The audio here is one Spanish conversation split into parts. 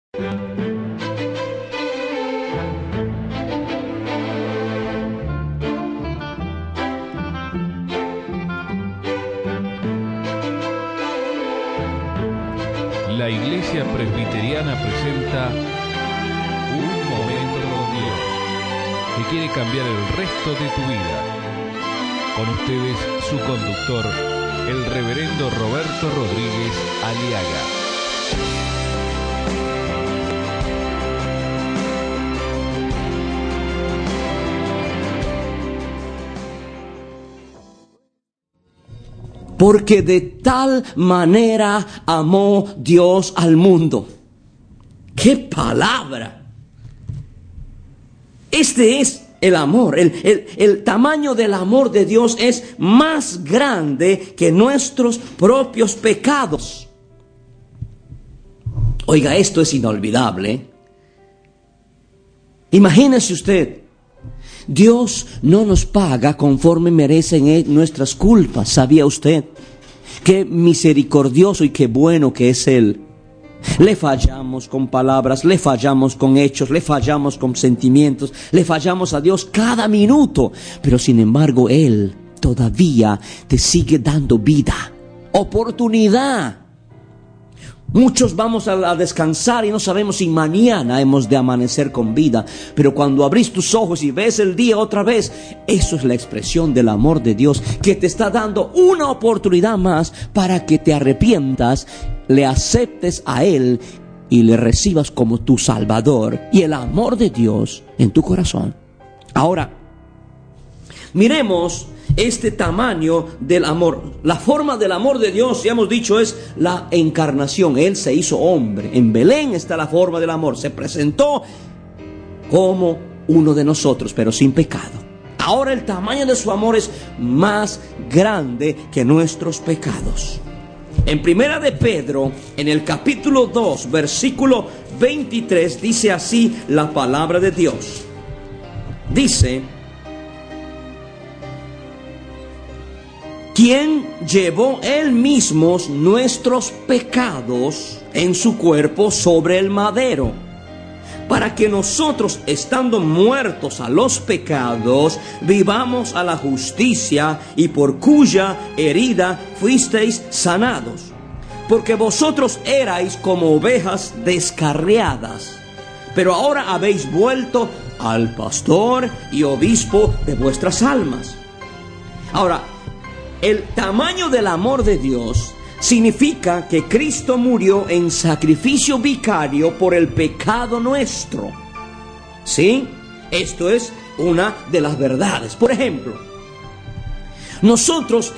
La Iglesia Presbiteriana presenta Un Momento con Dios, que quiere cambiar el resto de tu vida. Con ustedes, su conductor, el reverendo Roberto Rodríguez Aliaga. Porque de tal manera amó Dios al mundo. ¡Qué palabra! Este es el amor. El tamaño del amor de Dios es más grande que nuestros propios pecados. Oiga, esto es inolvidable. Imagínese usted. Dios no nos paga conforme merecen nuestras culpas. ¿Sabía usted? Qué misericordioso y qué bueno que es Él. Le fallamos con palabras, le fallamos con hechos, le fallamos con sentimientos, le fallamos a Dios cada minuto. Pero sin embargo, Él todavía te sigue dando vida, oportunidad. Muchos vamos a descansar y no sabemos si mañana hemos de amanecer con vida. Pero cuando abrís tus ojos y ves el día otra vez, eso es la expresión del amor de Dios, que te está dando una oportunidad más para que te arrepientas, le aceptes a Él y le recibas como tu Salvador y el amor de Dios en tu corazón. Ahora, miremos este tamaño del amor. La forma del amor de Dios, ya hemos dicho, es la encarnación. Él se hizo hombre. En Belén está la forma del amor. Se presentó como uno de nosotros, pero sin pecado. Ahora el tamaño de su amor es más grande que nuestros pecados. En Primera de Pedro, en el capítulo 2, versículo 23, dice así la palabra de Dios. Dice: quien llevó Él mismo nuestros pecados en su cuerpo sobre el madero, para que nosotros, estando muertos a los pecados, vivamos a la justicia, y por cuya herida fuisteis sanados. Porque vosotros erais como ovejas descarriadas, pero ahora habéis vuelto al pastor y obispo de vuestras almas. Ahora, el tamaño del amor de Dios significa que Cristo murió en sacrificio vicario por el pecado nuestro. ¿Sí? Esto es una de las verdades. Por ejemplo, nosotros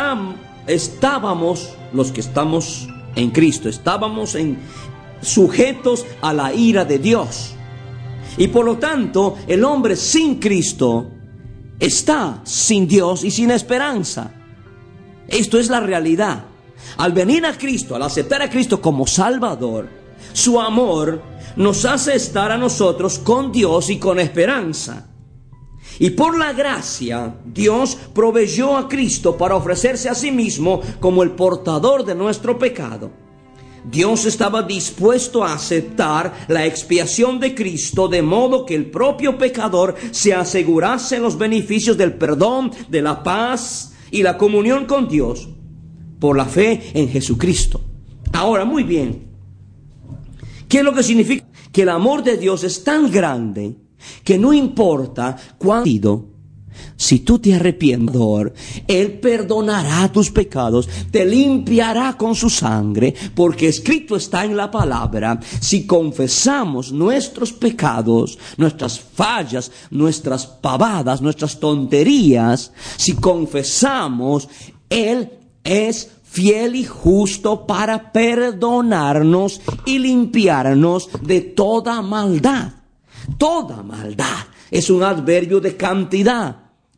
estábamos, los que estamos en Cristo, estábamos sujetos a la ira de Dios. Y por lo tanto, el hombre sin Cristo está sin Dios y sin esperanza. Esto es la realidad. Al venir a Cristo, al aceptar a Cristo como Salvador, su amor nos hace estar a nosotros con Dios y con esperanza. Y por la gracia, Dios proveyó a Cristo para ofrecerse a sí mismo como el portador de nuestro pecado. Dios estaba dispuesto a aceptar la expiación de Cristo, de modo que el propio pecador se asegurase los beneficios del perdón, de la paz y la comunión con Dios por la fe en Jesucristo. Ahora, muy bien, ¿qué es lo que significa? Que el amor de Dios es tan grande que no importa cuándo, si tú te arrepientes, Él perdonará tus pecados, te limpiará con su sangre, porque escrito está en la palabra: si confesamos nuestros pecados, nuestras fallas, nuestras pavadas, nuestras tonterías, si confesamos, Él es fiel y justo para perdonarnos y limpiarnos de toda maldad. Toda maldad es un adverbio de cantidad.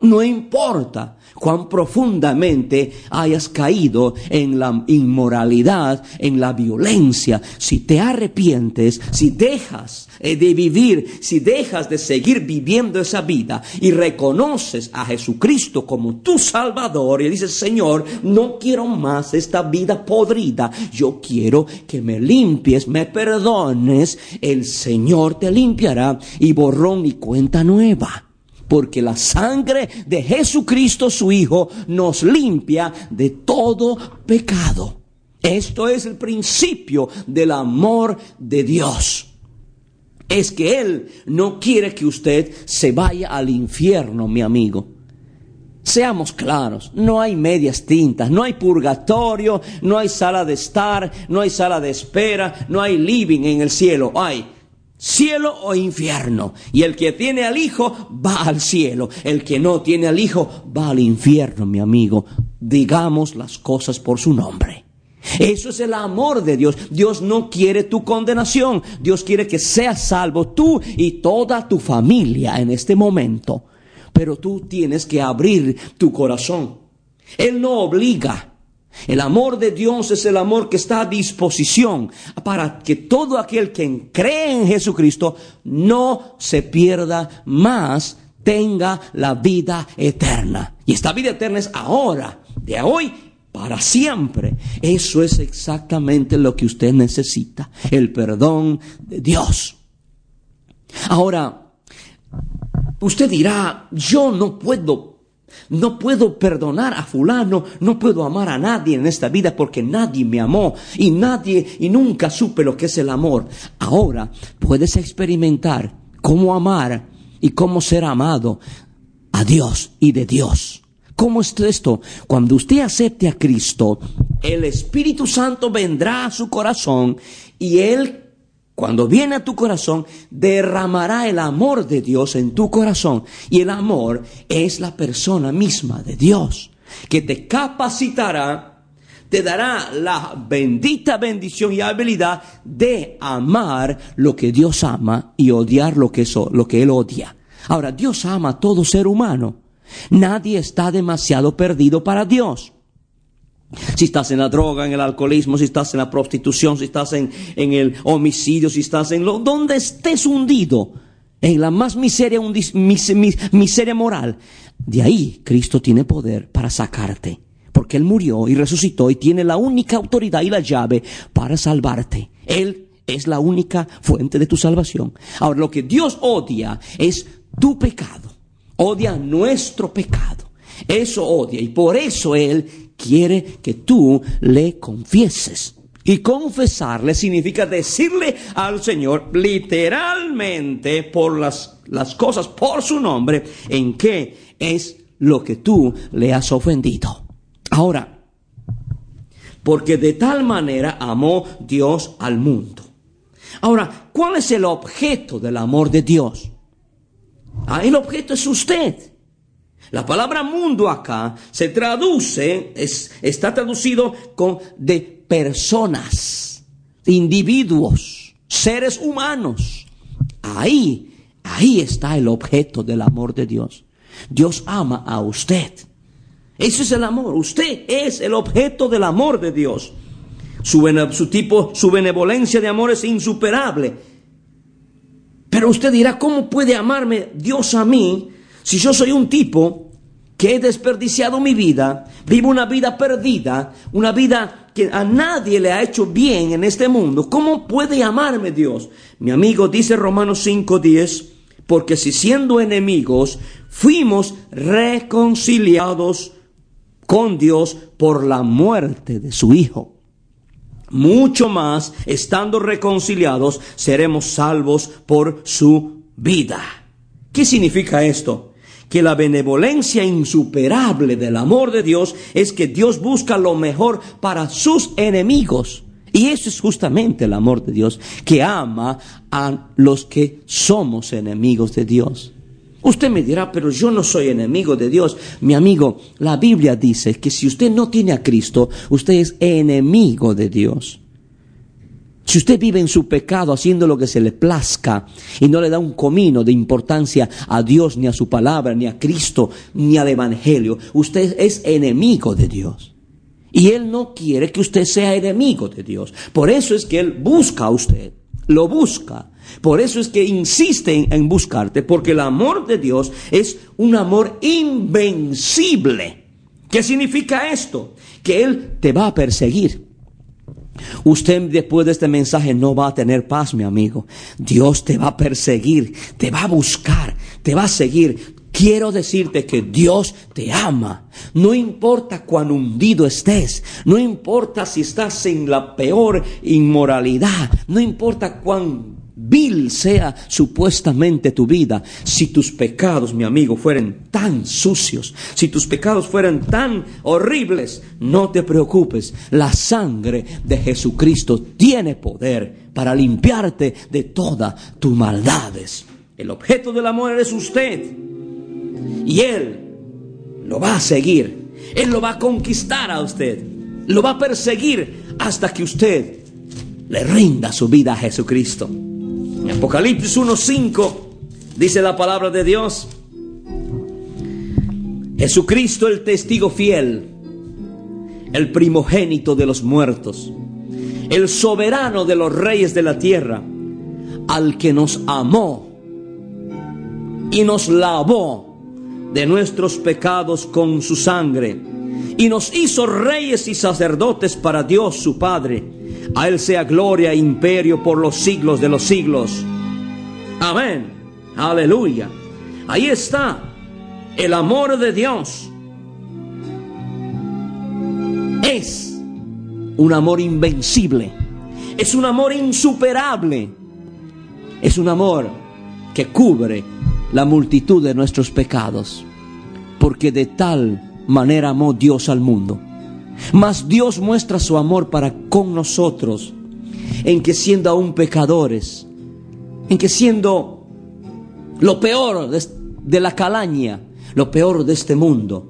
No importa cuán profundamente hayas caído en la inmoralidad, en la violencia, si te arrepientes, si dejas de vivir, si dejas de seguir viviendo esa vida y reconoces a Jesucristo como tu Salvador y dices, Señor, no quiero más esta vida podrida, yo quiero que me limpies, me perdones, el Señor te limpiará y borrón y cuenta nueva. Porque la sangre de Jesucristo, su Hijo, nos limpia de todo pecado. Esto es el principio del amor de Dios. Es que Él no quiere que usted se vaya al infierno, mi amigo. Seamos claros, no hay medias tintas, no hay purgatorio, no hay sala de estar, no hay sala de espera, no hay living en el cielo. Hay cielo o infierno. Y el que tiene al Hijo va al cielo. El que no tiene al Hijo va al infierno, mi amigo. Digamos las cosas por su nombre. Eso es el amor de Dios. Dios no quiere tu condenación. Dios quiere que seas salvo tú y toda tu familia en este momento. Pero tú tienes que abrir tu corazón. Él no obliga. El amor de Dios es el amor que está a disposición para que todo aquel que cree en Jesucristo no se pierda, más tenga la vida eterna. Y esta vida eterna es ahora, de hoy para siempre. Eso es exactamente lo que usted necesita, el perdón de Dios. Ahora, usted dirá, yo no puedo perdonar a fulano, no puedo amar a nadie en esta vida porque nadie me amó y nunca supe lo que es el amor. Ahora puedes experimentar cómo amar y cómo ser amado a Dios y de Dios. ¿Cómo es esto? Cuando usted acepte a Cristo, el Espíritu Santo vendrá a su corazón y Él, cuando viene a tu corazón, derramará el amor de Dios en tu corazón. Y el amor es la persona misma de Dios, que te capacitará, te dará la bendita bendición y habilidad de amar lo que Dios ama y odiar lo que Él odia. Ahora, Dios ama a todo ser humano. Nadie está demasiado perdido para Dios. Si estás en la droga, en el alcoholismo, si estás en la prostitución, si estás en el homicidio, si estás donde estés hundido, en la más miseria moral, de ahí Cristo tiene poder para sacarte, porque Él murió y resucitó y tiene la única autoridad y la llave para salvarte. Él es la única fuente de tu salvación. Ahora, lo que Dios odia es tu pecado, odia nuestro pecado, eso odia, y por eso Él quiere que tú le confieses. Y confesarle significa decirle al Señor literalmente por las cosas por su nombre en qué es lo que tú le has ofendido. Ahora, porque de tal manera amó Dios al mundo. Ahora, ¿cuál es el objeto del amor de Dios? El objeto es usted. La palabra mundo acá se traduce, está traducido de personas, individuos, seres humanos. Ahí está el objeto del amor de Dios. Dios ama a usted. Ese es el amor. Usted es el objeto del amor de Dios. Su benevolencia de amor es insuperable. Pero usted dirá, ¿cómo puede amarme Dios a mí si yo soy un tipo que he desperdiciado mi vida, vivo una vida perdida, una vida que a nadie le ha hecho bien en este mundo? ¿Cómo puede amarme Dios? Mi amigo, dice Romanos 5:10, porque si siendo enemigos fuimos reconciliados con Dios por la muerte de su Hijo, mucho más, estando reconciliados, seremos salvos por su vida. ¿Qué significa esto? Que la benevolencia insuperable del amor de Dios es que Dios busca lo mejor para sus enemigos. Y eso es justamente el amor de Dios, que ama a los que somos enemigos de Dios. Usted me dirá, pero yo no soy enemigo de Dios. Mi amigo, la Biblia dice que si usted no tiene a Cristo, usted es enemigo de Dios. Si usted vive en su pecado haciendo lo que se le plazca y no le da un comino de importancia a Dios, ni a su palabra, ni a Cristo, ni al Evangelio, usted es enemigo de Dios. Y Él no quiere que usted sea enemigo de Dios. Por eso es que Él busca a usted, lo busca. Por eso es que insiste en buscarte, porque el amor de Dios es un amor invencible. ¿Qué significa esto? Que Él te va a perseguir. Usted después de este mensaje no va a tener paz, mi amigo. Dios te va a perseguir, te va a buscar, te va a seguir. Quiero decirte que Dios te ama. No importa cuán hundido estés, no importa si estás en la peor inmoralidad, no importa cuán vil sea supuestamente tu vida. Si tus pecados, mi amigo, fueran tan sucios, si tus pecados fueran tan horribles, no te preocupes. La sangre de Jesucristo tiene poder para limpiarte de todas tus maldades. El objeto del amor es usted, y Él lo va a seguir. Él lo va a conquistar a usted, lo va a perseguir hasta que usted le rinda su vida a Jesucristo. En Apocalipsis 1:5 dice la palabra de Dios: Jesucristo, el testigo fiel, el primogénito de los muertos, el soberano de los reyes de la tierra, al que nos amó y nos lavó de nuestros pecados con su sangre, y nos hizo reyes y sacerdotes para Dios su Padre. A Él sea gloria e imperio por los siglos de los siglos. Amén. Aleluya. Ahí está el amor de Dios. Es un amor invencible. Es un amor insuperable. Es un amor que cubre la multitud de nuestros pecados. Porque de tal manera amó Dios al mundo. Mas Dios muestra su amor para con nosotros, en que siendo aún pecadores, en que siendo lo peor de la calaña, lo peor de este mundo,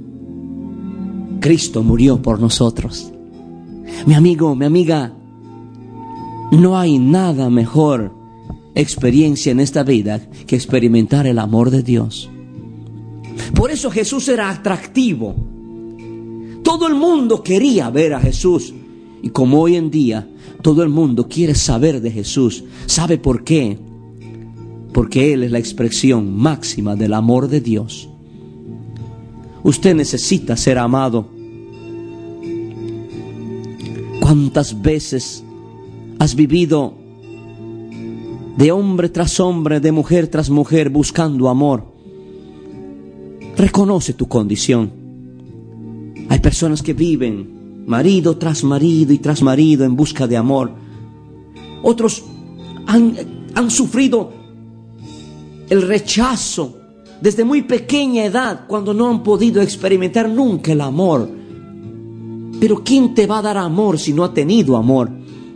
Cristo murió por nosotros. Mi amigo, mi amiga, no hay nada mejor experiencia en esta vida que experimentar el amor de Dios. Por eso Jesús era atractivo. Todo el mundo quería ver a Jesús. Y como hoy en día todo el mundo quiere saber de Jesús, ¿sabe por qué? Porque Él es la expresión máxima del amor de Dios. Usted necesita ser amado. ¿Cuántas veces has vivido de hombre tras hombre, de mujer tras mujer, buscando amor? Reconoce tu condición. Hay personas que viven marido tras marido y tras marido en busca de amor. Otros han sufrido el rechazo desde muy pequeña edad, cuando no han podido experimentar nunca el amor. Pero ¿quién te va a dar amor si no ha tenido amor?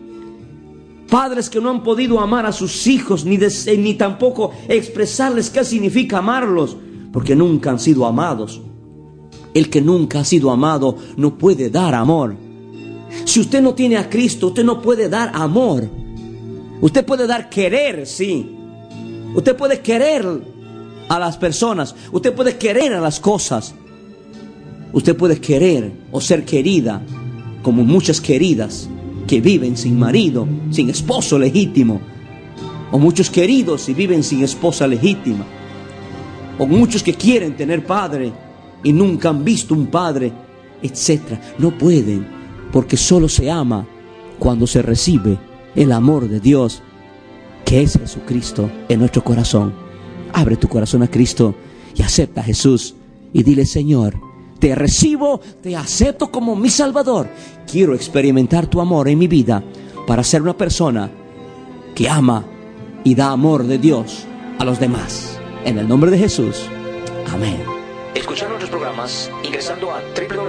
Padres que no han podido amar a sus hijos, ni tampoco expresarles qué significa amarlos, porque nunca han sido amados. El que nunca ha sido amado no puede dar amor. Si usted no tiene a Cristo, usted no puede dar amor. Usted puede dar querer, sí. Usted puede querer a las personas. Usted puede querer a las cosas. Usted puede querer o ser querida, como muchas queridas que viven sin marido, sin esposo legítimo. O muchos queridos y viven sin esposa legítima. O muchos que quieren tener padre y nunca han visto un padre, etc. No pueden, porque solo se ama cuando se recibe el amor de Dios, que es Jesucristo, en nuestro corazón. Abre tu corazón a Cristo y acepta a Jesús y dile: Señor, te recibo, te acepto como mi Salvador. Quiero experimentar tu amor en mi vida para ser una persona que ama y da amor de Dios a los demás. En el nombre de Jesús. Amén. Escuchar nuestros programas ingresando a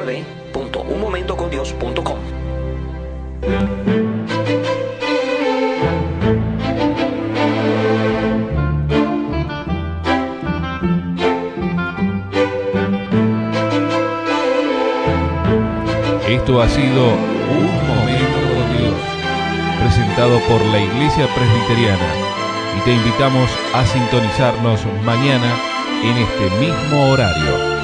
www.unmomentocondios.com. Esto ha sido Un Momento con Dios. presentado por la Iglesia Presbiteriana, y te invitamos a sintonizarnos mañana en este mismo horario.